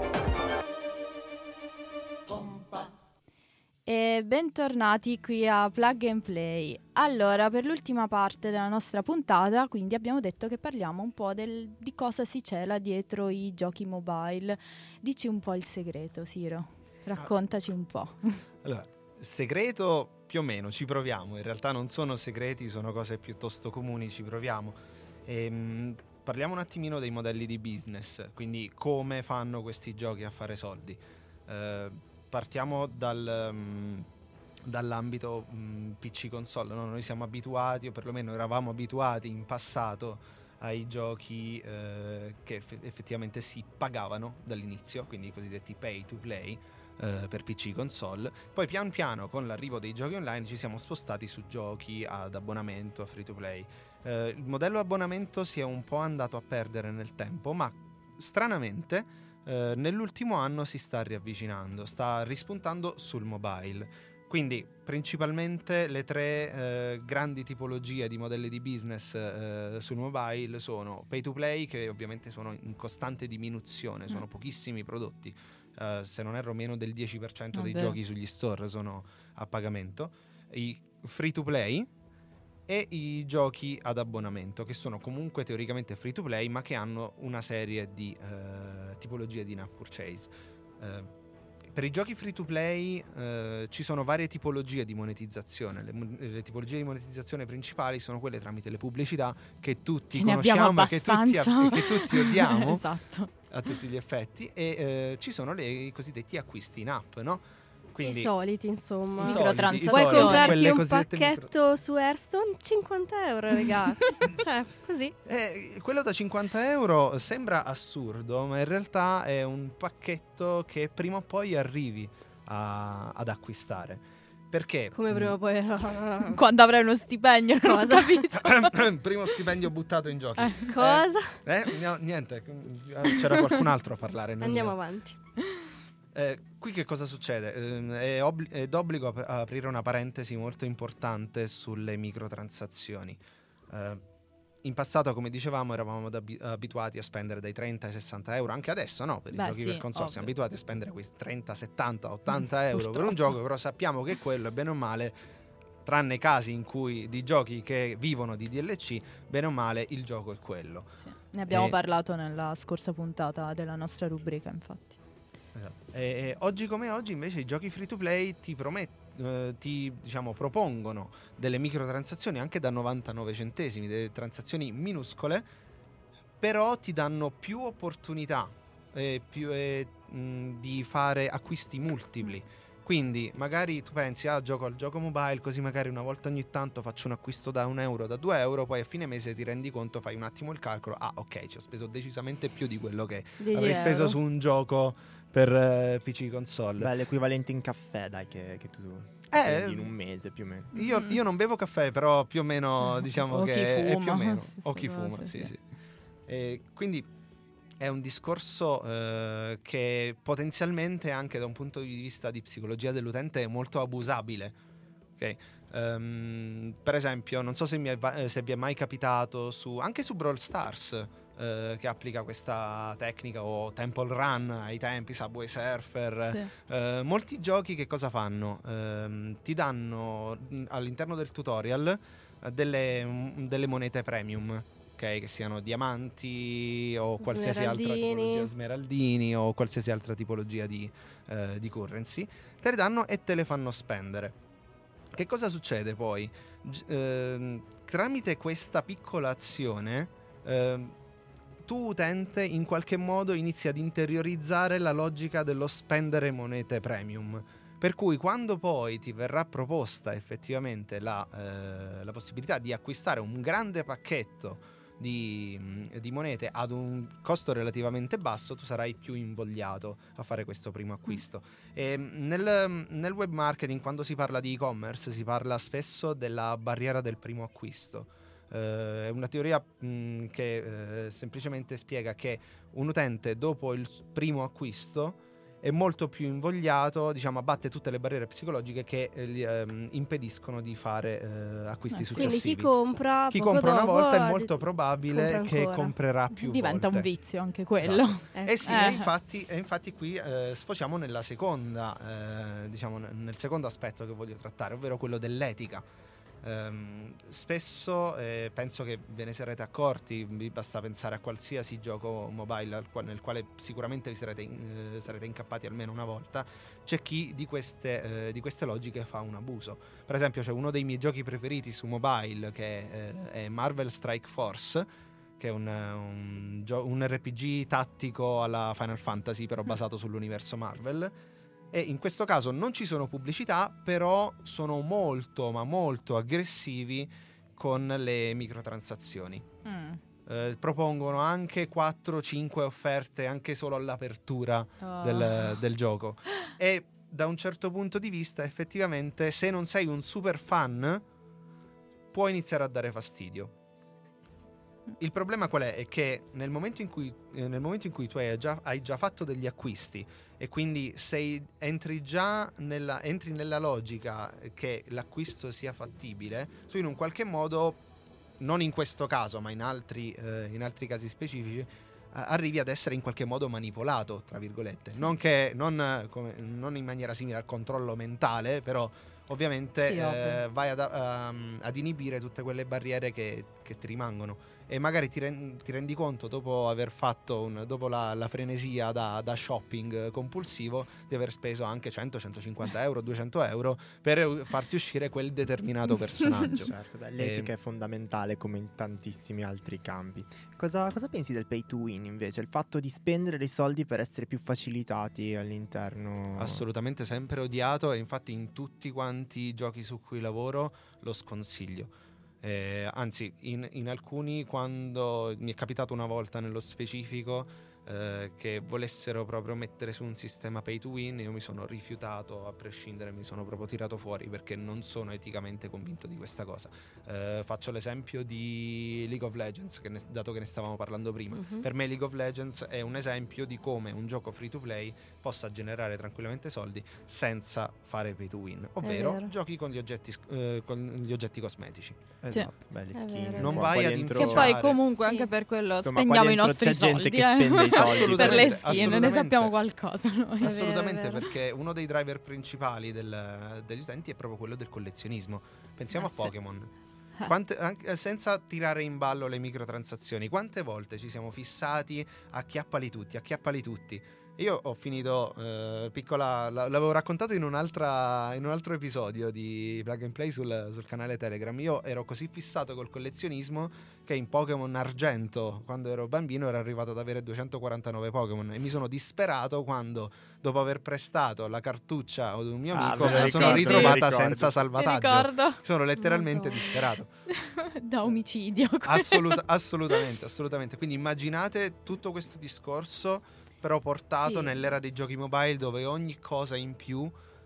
Pompa. E bentornati qui a Plug and Play. Allora, per l'ultima parte della nostra puntata, quindi abbiamo detto che parliamo un po' del, di cosa si cela dietro i giochi mobile. Dici un po' il segreto, Siro. Raccontaci un po'. Allora, segreto più o meno, ci proviamo. In realtà non sono segreti, sono cose piuttosto comuni, ci proviamo. Ehm, parliamo un attimino dei modelli di business, quindi come fanno questi giochi a fare soldi. Eh, partiamo dal, um, dall'ambito mh, P C console, no? Noi siamo abituati, o perlomeno eravamo abituati in passato ai giochi eh, che eff- effettivamente si pagavano dall'inizio, quindi i cosiddetti pay to play eh, per P C console. Poi pian piano con l'arrivo dei giochi online ci siamo spostati su giochi ad abbonamento, free to play. Eh, il modello abbonamento si è un po' andato a perdere nel tempo, ma stranamente eh, nell'ultimo anno si sta riavvicinando, sta rispuntando sul mobile. Quindi principalmente le tre eh, grandi tipologie di modelli di business eh, sul mobile sono pay to play, che ovviamente sono in costante diminuzione, sono Mm. pochissimi prodotti, eh, se non erro meno del dieci per cento dei Vabbè. giochi sugli store sono a pagamento, i free to play e i giochi ad abbonamento, che sono comunque teoricamente free to play ma che hanno una serie di eh, tipologie di in-app purchase. Eh, Per i giochi free to play eh, ci sono varie tipologie di monetizzazione. Le, mon- le tipologie di monetizzazione principali sono quelle tramite le pubblicità che tutti Che ne abbiamo conosciamo e che tutti, abbastanza. e che tutti odiamo Esatto. a tutti gli effetti. E eh, ci sono le, i cosiddetti acquisti in app, no? I soliti, insomma. I soliti, Microtransazioni. i Vuoi soliti, comprarti quelle un cosiddette pacchetto su Hearthstone? cinquanta euro, raga. Cioè, così. Eh, quello da cinquanta euro sembra assurdo, ma in realtà è un pacchetto che prima o poi arrivi a- ad acquistare. Perché? Come prima o poi... Quando avrai uno stipendio, non ho capito. Primo stipendio buttato in giochi. Eh, cosa? Eh, no, niente, c'era qualcun altro a parlare. non Andiamo io. avanti. Eh, qui che cosa succede? Eh, è, obbli- è d'obbligo ap- aprire una parentesi molto importante sulle microtransazioni. Eh, in passato, come dicevamo, eravamo ad abi- abituati a spendere dai trenta ai sessanta euro, anche adesso no, per i Beh, giochi sì, per console ovvio. siamo abituati a spendere quei trenta, settanta, ottanta euro per un gioco, però sappiamo che quello è bene o male, tranne casi in cui di giochi che vivono di D L C, bene o male il gioco è quello. Sì. Ne abbiamo E- parlato nella scorsa puntata della nostra rubrica, infatti. E, e oggi come oggi invece i giochi free to play ti promettono, ti diciamo propongono delle microtransazioni anche da novantanove centesimi, delle transazioni minuscole, però ti danno più opportunità eh, più, eh, mh, di fare acquisti multipli. Quindi magari tu pensi, ah, gioco al gioco mobile, così magari una volta ogni tanto faccio un acquisto da un euro, da due euro, poi a fine mese ti rendi conto, fai un attimo il calcolo, ah ok, ci ho speso decisamente più di quello che dieci avrei speso euro. su un gioco per eh, P C console. Beh, l'equivalente in caffè, dai, che, che tu Eh, spendi in un mese più o meno. Io, Mm. io non bevo caffè, però più o meno diciamo O che chi è fuma. più o meno. Sì, O sì, chi sì, fuma, sì, sì, sì. sì. E quindi è un discorso eh, che potenzialmente anche da un punto di vista di psicologia dell'utente è molto abusabile. Ok? Ehm, per esempio, non so se, mi è, va- eh, se vi è mai capitato su, anche su Brawl Stars, eh, che applica questa tecnica, o Temple Run ai tempi, Subway Surfer. Sì. Eh, molti giochi che cosa fanno? Ehm, ti danno mh, all'interno del tutorial eh, delle, mh, delle monete premium, ok? Che siano diamanti o qualsiasi altra Smeraldini. tipologia, smeraldini o qualsiasi altra tipologia di, eh, di currency. Te le danno e te le fanno spendere. Che cosa succede poi? G- ehm, tramite questa piccola azione ehm, tu utente in qualche modo inizi ad interiorizzare la logica dello spendere monete premium, per cui quando poi ti verrà proposta effettivamente la, eh, la possibilità di acquistare un grande pacchetto di, mh, di monete ad un costo relativamente basso, tu sarai più invogliato a fare questo primo acquisto. E mh, nel, nel web marketing, quando si parla di e-commerce, si parla spesso della barriera del primo acquisto. Eh, è una teoria mh, che eh, semplicemente spiega che un utente dopo il s- primo acquisto è molto più invogliato, diciamo, abbatte tutte le barriere psicologiche che eh, gli ehm, impediscono di fare eh, acquisti Eh sì. Quindi successivi. chi compra Chi poco compra una dopo volta è ha molto detto- probabile compra che ancora. comprerà più Diventa volte. un vizio anche quello. Esatto. Eh, Eh sì, Eh. e infatti, e infatti qui eh, sfociamo nella seconda, eh, diciamo, n- nel secondo aspetto che voglio trattare, ovvero quello dell'etica. Ehm, spesso eh, penso che ve ne sarete accorti, vi basta pensare a qualsiasi gioco mobile al qual- nel quale sicuramente vi sarete, in- eh, sarete incappati almeno una volta. C'è chi di queste, eh, di queste logiche fa un abuso. Per esempio c'è uno dei miei giochi preferiti su mobile che eh, è Marvel Strike Force, che è un, un, gio- un R P G tattico alla Final Fantasy, però basato sull'universo Marvel. E in questo caso non ci sono pubblicità, però sono molto ma molto aggressivi con le microtransazioni. Mm. Eh, propongono anche quattro cinque offerte anche solo all'apertura Oh. del, del gioco. E da un certo punto di vista, effettivamente, se non sei un super fan, può iniziare a dare fastidio. Il problema qual è? È che nel momento in cui, eh, nel momento in cui tu hai già, hai già fatto degli acquisti e quindi sei, entri già nella, entri nella logica che l'acquisto sia fattibile, tu in un qualche modo, non in questo caso ma in altri, eh, in altri casi specifici, eh, arrivi ad essere in qualche modo manipolato, tra virgolette. Non, che, non, come, non in maniera simile al controllo mentale, però ovviamente Sì, eh, vai ad, um, ad inibire tutte quelle barriere che, che ti rimangono. E magari ti, ren- ti rendi conto dopo aver fatto un, dopo la, la frenesia da, da shopping compulsivo di aver speso anche cento centocinquanta euro, duecento euro per farti uscire quel determinato personaggio. Certo, beh, l'etica E- è fondamentale come in tantissimi altri campi. Cosa, cosa pensi del pay to win invece? Il fatto di spendere dei soldi per essere più facilitati all'interno? Assolutamente sempre odiato, e infatti in tutti quanti i giochi su cui lavoro lo sconsiglio. Eh, anzi, in, in alcuni, quando mi è capitato una volta nello specifico eh, che volessero proprio mettere su un sistema pay to win, io mi sono rifiutato a prescindere, mi sono proprio tirato fuori perché non sono eticamente convinto di questa cosa. Eh, faccio l'esempio di League of Legends, che ne, dato che ne stavamo parlando prima. Mhm. Per me League of Legends è un esempio di come un gioco free to play possa generare tranquillamente soldi senza fare pay to win, ovvero vero. giochi con gli oggetti, sc- eh, con gli oggetti cosmetici. Esatto, beh, le È skin. vero, è Non vero. vai Qua ad dentro- Che influenzare. poi comunque Sì. anche per quello Insomma, qua spendiamo i dentro nostri c'è soldi gente che eh. spende i soldi Assolutamente, per le skin, ne assolutamente. sappiamo qualcosa noi. Ass- Assolutamente, vero, è vero. perché uno dei driver principali del- degli utenti è proprio quello del collezionismo. Pensiamo Eh, a sì. Pokémon. Eh. Quante- anche- senza tirare in ballo le microtransazioni, quante volte ci siamo fissati acchiappali tutti, acchiappali tutti. Io ho finito, eh, piccola, la- l'avevo raccontato in, un'altra, in un altro episodio di Plug and Play sul, sul canale Telegram. Io ero così fissato col collezionismo che in Pokémon Argento, quando ero bambino, ero arrivato ad avere duecentoquarantanove Pokémon, e mi sono disperato quando, dopo aver prestato la cartuccia ad un mio Ah, amico, me me lo la sono ricordo, me lo ritrovata ricordo. senza Mi salvataggio. ricordo. Sono letteralmente Madonna. disperato. Da omicidio. Assolut- assolutamente, assolutamente. Quindi immaginate tutto questo discorso, però portato Sì. nell'era dei giochi mobile, dove ogni cosa in più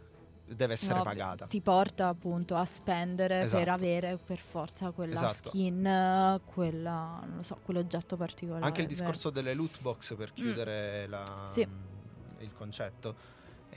deve essere No, pagata. Ti porta appunto a spendere Esatto. per avere per forza quella Esatto. skin, eh, quella, non lo so, quell'oggetto particolare. Anche il vero. discorso delle loot box, per chiudere la- Sì. il concetto,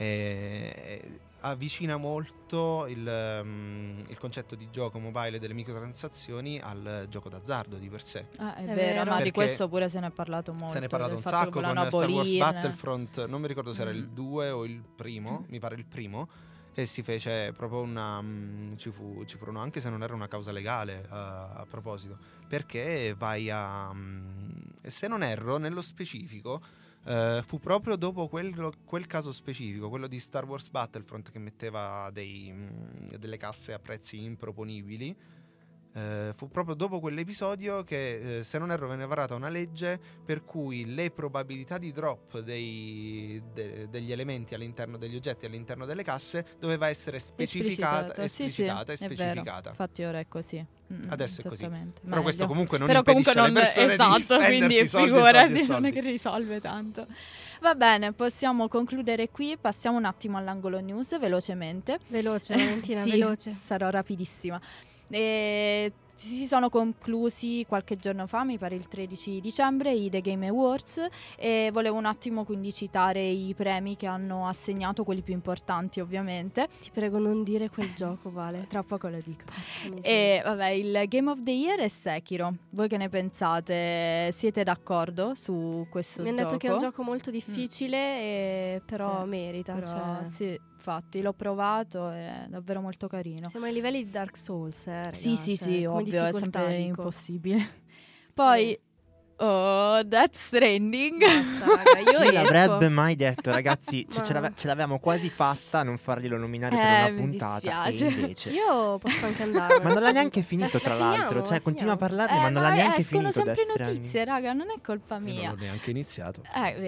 eh, avvicina molto il, um, il concetto di gioco mobile delle microtransazioni al gioco d'azzardo di per sé. Ah, è, È vero, vero. ma di Perché questo pure se ne è parlato molto. Se ne è parlato del un fatto che sacco con volevano Star Wars abolirne. Battlefront, non mi ricordo se era il Mm. due o il primo, mi pare il primo, che si fece proprio una... mm, ci, fu, ci furono, anche se non era una causa legale a, a proposito, perché vai a... mm, se non erro, nello specifico, eh, fu proprio dopo quello- quel caso specifico, quello di Star Wars Battlefront, che metteva dei, mm, delle casse a prezzi improponibili. Eh, fu proprio dopo quell'episodio che, eh, se non erro, venne varata una legge per cui le probabilità di drop dei- de- degli elementi all'interno degli oggetti all'interno delle casse doveva essere specificata, Esplicitato. Sì, sì, esplicitata e è vero. specificata. Infatti ora è così. Mm, Adesso è così. esattamente. Però questo Meglio. comunque non Però comunque impedisce non alle persone esatto, di spenderci quindi soldi, figurati, soldi e non è soldi. che risolve tanto. Va bene, possiamo concludere qui. Passiamo un attimo all'angolo news velocemente. Veloce, Valentina, Sì, veloce. sarò rapidissima. E si sono conclusi qualche giorno fa, mi pare il tredici dicembre, i The Game Awards, e volevo un attimo quindi citare i premi che hanno assegnato, quelli più importanti ovviamente. Ti prego non dire quel gioco, Vale. Tra poco lo dico. Porca miseria. E vabbè, il Game of the Year è Sekiro. Voi che ne pensate? Siete d'accordo su questo Mi hanno gioco? detto che è un gioco molto difficile, e però Sì, merita. Però, cioè. sì, infatti l'ho provato, è davvero molto carino. Siamo ai livelli di Dark Souls, eh, raga, Sì, sì, cioè, sì, come ovvio, è difficoltà, sempre dico. impossibile. Poi, oh, Death Stranding. Basta, raga, io Chi esco. l'avrebbe mai detto, ragazzi? ce, Ma- ce l'ave- ce l'avevamo quasi fatta a non farglielo nominare per Eh, una mi puntata. E dispiace. invece. Io posso anche andare. Ma non l'ha neanche finito, tra Ma finiamo, l'altro. Cioè, ma continua a finiamo. parlarne, ma non l'ha ma neanche escono finito. sempre Death notizie, Stranding. raga, non è colpa Io non mia. l'ho neanche iniziato. Eh, vedi.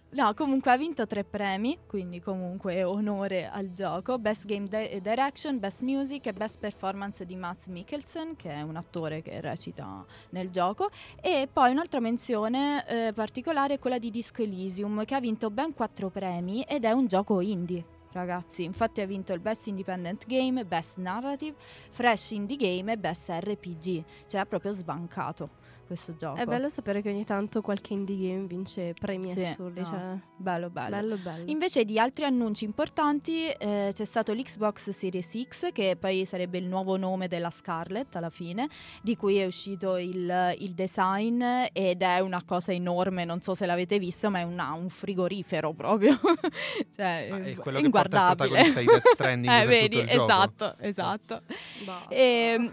No, comunque ha vinto tre premi, quindi comunque onore al gioco. Best Game Di- Direction, Best Music e Best Performance di Mads Mikkelsen, che è un attore che recita nel gioco. E poi un'altra menzione eh, particolare è quella di Disco Elysium, che ha vinto ben quattro premi ed è un gioco indie, ragazzi. Infatti ha vinto il Best Independent Game, Best Narrative, Fresh Indie Game e Best R P G. Cioè ha proprio sbancato questo gioco. È bello sapere che ogni tanto qualche indie game vince premi Sì, assurdi, no. cioè Bello, bello. bello bello. Invece di altri annunci importanti eh, c'è stato l'Xbox Series X, che poi sarebbe il nuovo nome della Scarlett alla fine, di cui è uscito il, il design ed è una cosa enorme, non so se l'avete visto, ma è una, un frigorifero proprio. Cioè, Ah, è quello è che porta il inguardabile. protagonista di Death Stranding eh, per vedi, tutto il gioco. esatto, esatto. Basta. E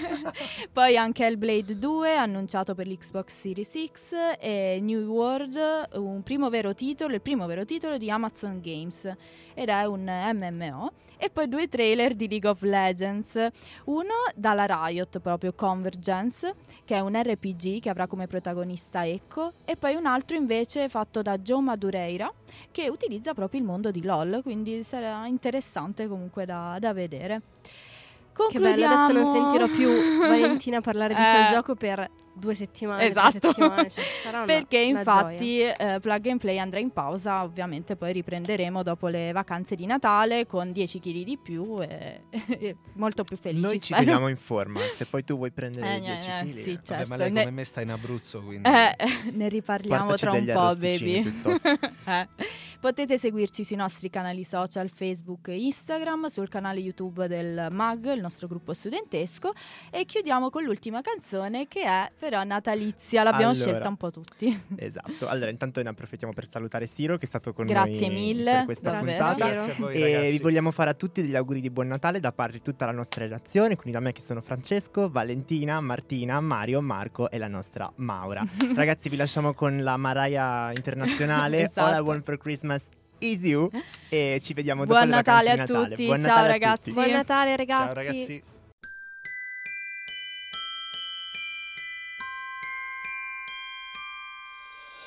poi anche Hellblade due annunciato per l'Xbox Series X e New World, un primo vero titolo, il primo vero titolo di Amazon Games, ed è un M M O. E poi due trailer di League of Legends, uno dalla Riot, proprio Convergence, che è un R P G che avrà come protagonista Echo, e poi un altro invece fatto da Joe Madureira, che utilizza proprio il mondo di LoL, quindi sarà interessante comunque da, da vedere. Che bello, adesso non sentirò più Valentina parlare di quel Eh. gioco per due settimane, Esatto. tre settimane, cioè, sarà una, Perché una infatti gioia. eh, Plug and Play andrà in pausa, ovviamente poi riprenderemo dopo le vacanze di Natale con dieci chili di più e, e molto più felici. Noi ci spero. teniamo in forma, se poi tu vuoi prendere Eh, dieci eh, chili. sì, Vabbè, certo. ma lei Ne- come me sta in Abruzzo, quindi... Eh, ne riparliamo Portaci tra un degli po', arrosticini baby. piuttosto. Eh. Potete seguirci sui nostri canali social Facebook e Instagram, sul canale YouTube del M A G, il nostro gruppo studentesco, e chiudiamo con l'ultima canzone, che è però natalizia, l'abbiamo Allora. scelta un po' tutti. Esatto, allora intanto ne approfittiamo per salutare Siro che è stato con Grazie noi mille, per questa grazie, puntata. Siro. Grazie a voi, E ragazzi. vi vogliamo fare a tutti degli auguri di buon Natale da parte di tutta la nostra redazione, quindi da me che sono Francesco, Valentina, Martina, Mario, Marco e la nostra Maura. Ragazzi, vi lasciamo con la Mariah internazionale, Esatto. All I Want for Christmas is You, e ci vediamo dopo Buon le Natale vacanze di a Natale. tutti, Buon ciao Natale a ragazzi. tutti. Buon Natale ragazzi. Ciao ragazzi.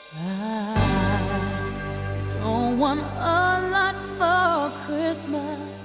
I don't want a lot for Christmas.